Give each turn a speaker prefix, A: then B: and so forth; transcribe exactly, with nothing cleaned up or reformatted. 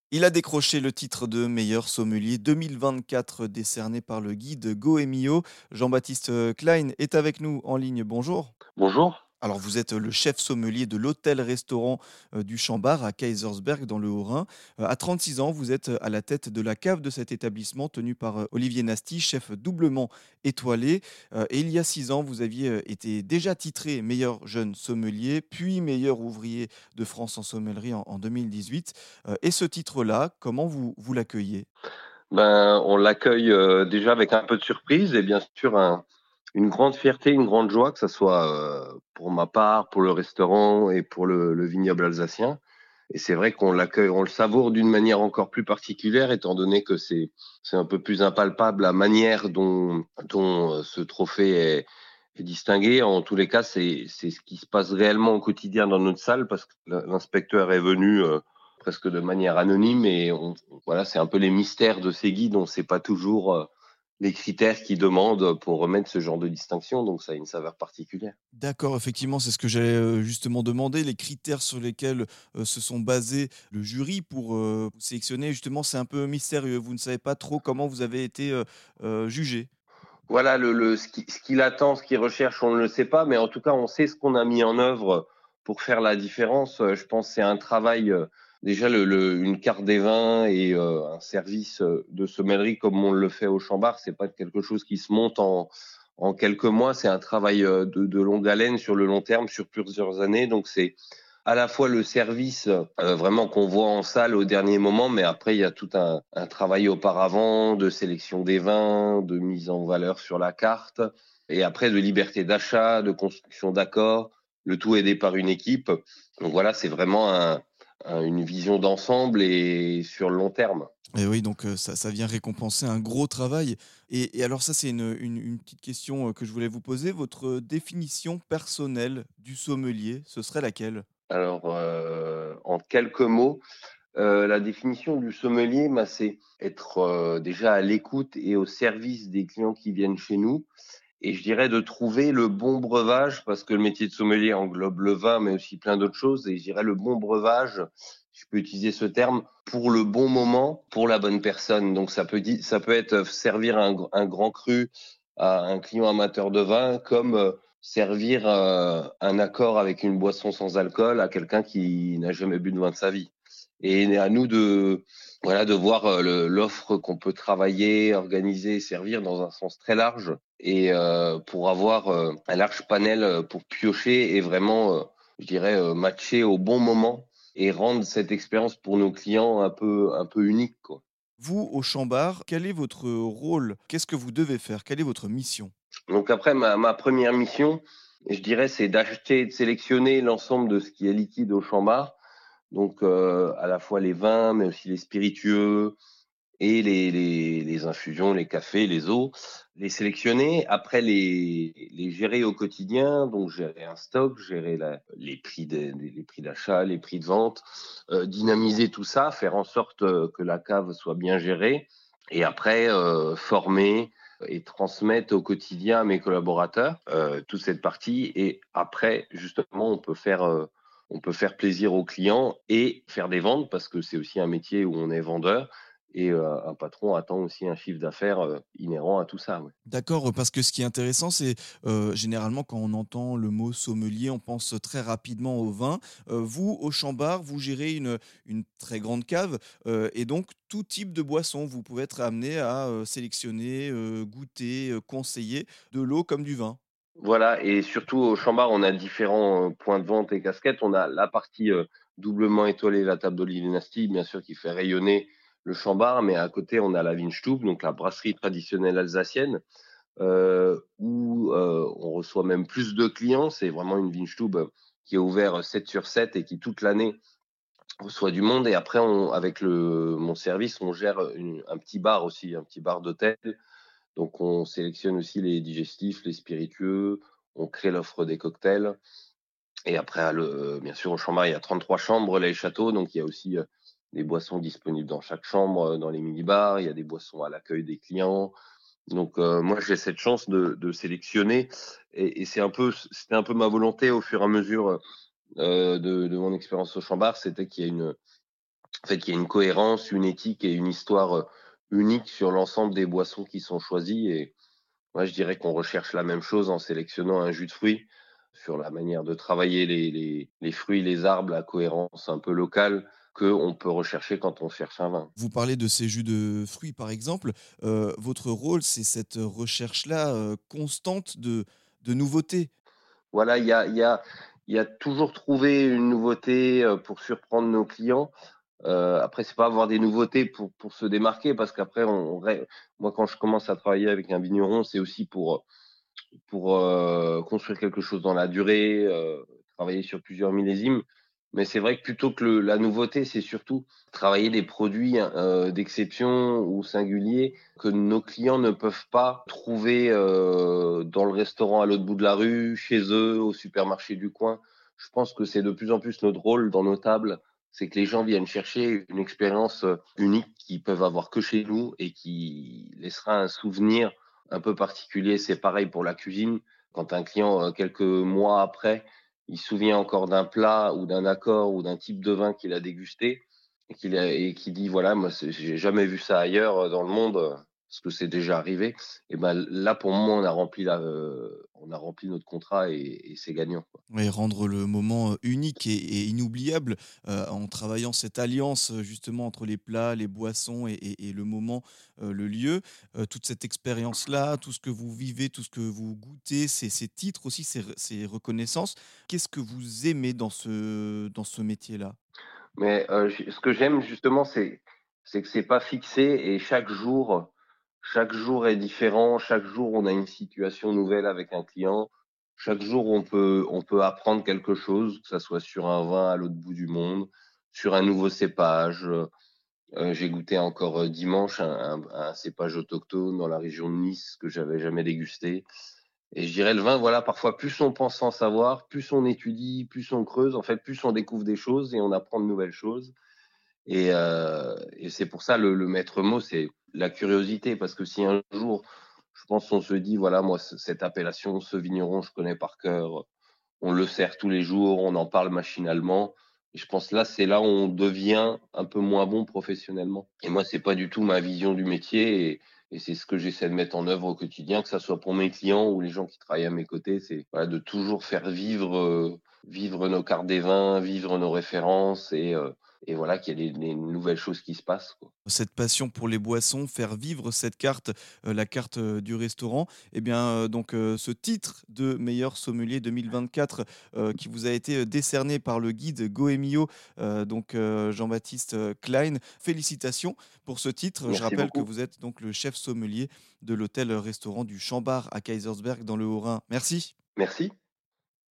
A: Il a décroché le titre de meilleur sommelier deux mille vingt-quatre décerné par le guide Goemio. Jean-Baptiste euh, Klein est avec nous en ligne. Bonjour.
B: Bonjour.
A: Alors vous êtes le chef sommelier de l'hôtel-restaurant euh, du Chambard à Kaisersberg dans le Haut-Rhin. Euh, à trente-six ans, vous êtes à la tête de la cave de cet établissement tenu par euh, Olivier Nasty, chef doublement étoilé. Euh, et il y a six ans, vous aviez euh, été déjà titré meilleur jeune sommelier, puis meilleur ouvrier de France en sommellerie en, en deux mille dix-huit. Euh, et ce titre-là, comment vous, vous l'accueillez?
B: Ben, on l'accueille euh, déjà avec un peu de surprise et bien sûr un- une grande fierté, une grande joie, que ce soit euh, pour ma part, pour le restaurant et pour le, le vignoble alsacien. Et c'est vrai qu'on l'accueille, on le savoure d'une manière encore plus particulière, étant donné que c'est c'est un peu plus impalpable la manière dont, dont euh, ce trophée est, est distingué. En tous les cas, c'est c'est ce qui se passe réellement au quotidien dans notre salle, parce que l'inspecteur est venu euh, presque de manière anonyme et on, voilà, c'est un peu les mystères de ces guides. On ne sait pas toujours euh, les critères qu'ils demandent pour remettre ce genre de distinction, donc ça a une saveur particulière.
A: D'accord, effectivement, c'est ce que j'allais, heu, justement demander, les critères sur lesquels, heu, se sont basés le jury pour, heu, vous sélectionner justement, c'est un peu mystérieux. Vous ne savez pas trop comment vous avez été, heu heu, jugés?
B: Voilà, le, le, ce qui- ce qu'il attend, ce qu'il recherche, on ne le sait pas, mais en tout cas, on sait ce qu'on a mis en œuvre pour faire la différence. Euh, Je pense que c'est un travail, euh, déjà le, le- une carte des vins et euh, un service euh, de sommellerie comme on le fait au Chambard, c'est pas quelque chose qui se monte en, en quelques mois, c'est un travail euh, de, de longue haleine sur le long terme, sur plusieurs années. Donc c'est à la fois le service euh, vraiment qu'on voit en salle au dernier moment, mais après il y a tout un, un travail auparavant de sélection des vins, de mise en valeur sur la carte, et après de liberté d'achat, de construction d'accords, le tout aidé par une équipe. Donc voilà, c'est vraiment un- un- une vision d'ensemble et sur le long terme.
A: Et oui, donc heu, ça ça vient récompenser un gros travail et et alors ça, c'est une une une petite question, heu, que je voulais vous poser. Votre définition personnelle du sommelier, ce serait laquelle?
B: Alors, euh, en quelques mots, euh, la définition du sommelier, bah, c'est être euh, déjà à l'écoute et au service des clients qui viennent chez nous. Et je dirais de trouver le bon breuvage, parce que le métier de sommelier englobe le vin, mais aussi plein d'autres choses. Et je dirais le bon breuvage, je peux utiliser ce terme, pour le bon moment, pour la bonne personne. Donc ça peut, di- ça peut être servir un, gr- un grand cru à un client amateur de vin, comme euh, servir euh, un accord avec une boisson sans alcool à quelqu'un qui n'a jamais bu de vin de sa vie. Et à nous de, voilà, de voir euh, le- l'offre qu'on peut travailler, organiser, servir dans un sens très large et euh, pour avoir euh, un large panel euh, pour piocher et vraiment, euh, je dirais, euh, matcher au bon moment et rendre cette expérience pour nos clients un peu, un peu unique, quoi.
A: Vous, au Chambard, quel est votre rôle? Qu'est-ce que vous devez faire? Quelle est votre mission?
B: Donc après, ma, ma première mission, je dirais, c'est d'acheter et de sélectionner l'ensemble de ce qui est liquide au Chambard. Donc euh, à la fois les vins, mais aussi les spiritueux, et les, les, les infusions, les cafés, les eaux, les sélectionner, après les, les gérer au quotidien, donc gérer un stock, gérer la, les prix de- les prix d'achat, les prix de vente, euh, dynamiser tout ça, faire en sorte euh, que la cave soit bien gérée, et après euh, former et transmettre au quotidien à mes collaborateurs euh, toute cette partie, et après justement on peut faire euh, on peut faire plaisir aux clients et faire des ventes parce que c'est aussi un métier où on est vendeur et heu, un patron attend aussi un chiffre d'affaires, heu, inhérent à tout ça, ouais.
A: D'accord, parce que ce qui est intéressant, c'est, heu, généralement quand on entend le mot sommelier, on pense très rapidement au vin. Heu, vous, au Chambard, vous gérez une une très grande cave, heu et donc tout type de boisson. Vous pouvez être amené à, heu, sélectionner, heu, goûter, heu, conseiller de l'eau comme du vin.
B: Voilà, et surtout au Chambard, on a différents, heu, points de vente et casquettes. On a la partie, heu, doublement étoilée, la table d'Olive Nasty, bien sûr, qui fait rayonner le Chambard, mais à côté, on a la Weinstube, donc la brasserie traditionnelle alsacienne, heu, où, heu, on reçoit même plus de clients. C'est vraiment une Weinstube, heu, qui est ouverte sept sur sept et qui toute l'année reçoit du monde. Et après on avec le mon service, on gère, une un petit bar aussi, un petit bar d'hôtel. Donc on sélectionne aussi les digestifs, les spiritueux, on crée l'offre des cocktails et après à le bien sûr au Chambard, il y a trente-trois chambres, relais et châteaux, donc il y a aussi, heu, des boissons disponibles dans chaque chambre, heu, dans les mini-bars, il y a des boissons à l'accueil des clients. Donc heu, moi j'ai cette chance de de sélectionner et et c'est un peu c'était un peu ma volonté au fur et à mesure, heu de de mon expérience au Chambard, c'était qu'il y ait une En fait, qu'il y ait une cohérence, une éthique et une histoire, heu, unique sur l'ensemble des boissons qui sont choisies et moi, je dirais qu'on recherche la même chose en sélectionnant un jus de fruits, sur la manière de travailler les les les fruits, les arbres, la cohérence un peu locale qu'on peut rechercher quand on cherche un vin.
A: Vous parlez de ces jus de fruits, par exemple. Heu, votre rôle, c'est cette recherche-là, heu, constante de de nouveautés.
B: Voilà, il y a il y a il y a toujours trouvé une nouveauté, heu, pour surprendre nos clients. Heu, après, c'est pas avoir des nouveautés pour pour se démarquer parce qu'après on on ré moi, quand je commence à travailler avec un vigneron, c'est aussi pour, pour, heu, construire quelque chose dans la durée, heu, travailler sur plusieurs millésimes. Mais c'est vrai que plutôt que le la nouveauté, c'est surtout travailler des produits, heu, d'exception ou singuliers que nos clients ne peuvent pas trouver, heu, dans le restaurant à l'autre bout de la rue, chez eux, au supermarché du coin. Je pense que c'est de plus en plus notre rôle dans nos tables, c'est que les gens viennent chercher une expérience, heu, unique qu'ils peuvent avoir que chez nous et qui laissera un souvenir un peu particulier. C'est pareil pour la cuisine. Quand un client, heu, quelques mois après, il se souvient encore d'un plat ou d'un accord ou d'un type de vin qu'il a dégusté et qu'il a et qui dit: «Voilà, moi, c'est j'ai jamais vu ça ailleurs, heu, dans le monde», heu, parce que c'est déjà arrivé et ben, là, pour moi, on a rempli la, heu, on a rempli notre contrat et et c'est gagnant, quoi.
A: Oui, rendre le moment, heu, unique et et inoubliable, heu, en travaillant cette alliance, heu, justement entre les plats, les boissons et et et le moment, heu, le lieu. Heu, toute cette expérience-là, tout ce que vous vivez, tout ce que vous goûtez, ces ces titres aussi, ces re ces reconnaissances. Qu'est-ce que vous aimez dans ce dans ce métier-là?
B: Mais, heu, j ce que j'aime justement, c'est c'est que c'est pas fixé et chaque jour chaque jour est différent. Chaque jour, on a une situation nouvelle avec un client. Chaque jour, on peut on peut apprendre quelque chose, que ça soit sur un vin à l'autre bout du monde, sur un nouveau cépage, heu heu, j'ai goûté encore, heu, dimanche un un un cépage autochtone dans la région de Nice que j'avais jamais dégusté et je dirais le vin, voilà, parfois plus on pense en savoir, plus on étudie, plus on creuse, en fait, plus on découvre des choses et on apprend de nouvelles choses et heu et c'est pour ça le le maître mot, c'est la curiosité parce que si un jour, je pense, on se dit: «Voilà, moi, ce cette appellation, ce vigneron, je connais par cœur», on le sert tous les jours, on en parle machinalement et je pense là, c'est là où on devient un peu moins bon professionnellement et moi, c'est pas du tout ma vision du métier et et c'est ce que j'essaie de mettre en œuvre au quotidien, que ça soit pour mes clients ou les gens qui travaillent à mes côtés. C'est, voilà, de toujours faire vivre, heu, vivre nos cartes des vins, vivre nos références et heu et voilà, qu'il y ait des des nouvelles choses qui se passent, quoi.
A: Cette passion pour les boissons, faire vivre cette carte, heu, la carte, heu, du restaurant. Et bien, heu, donc, heu, ce titre de meilleur sommelier deux mille vingt-quatre, heu, qui vous a été, heu, décerné par le guide Goemio, heu, donc, heu, Jean-Baptiste, heu, Klein. Félicitations pour ce titre. Je
B: Merci
A: rappelle que
B: beaucoup.
A: vous êtes donc le chef sommelier de l'hôtel, restaurant du Champ-Bar à Kaysersberg dans le Haut-Rhin. Merci.
B: Merci.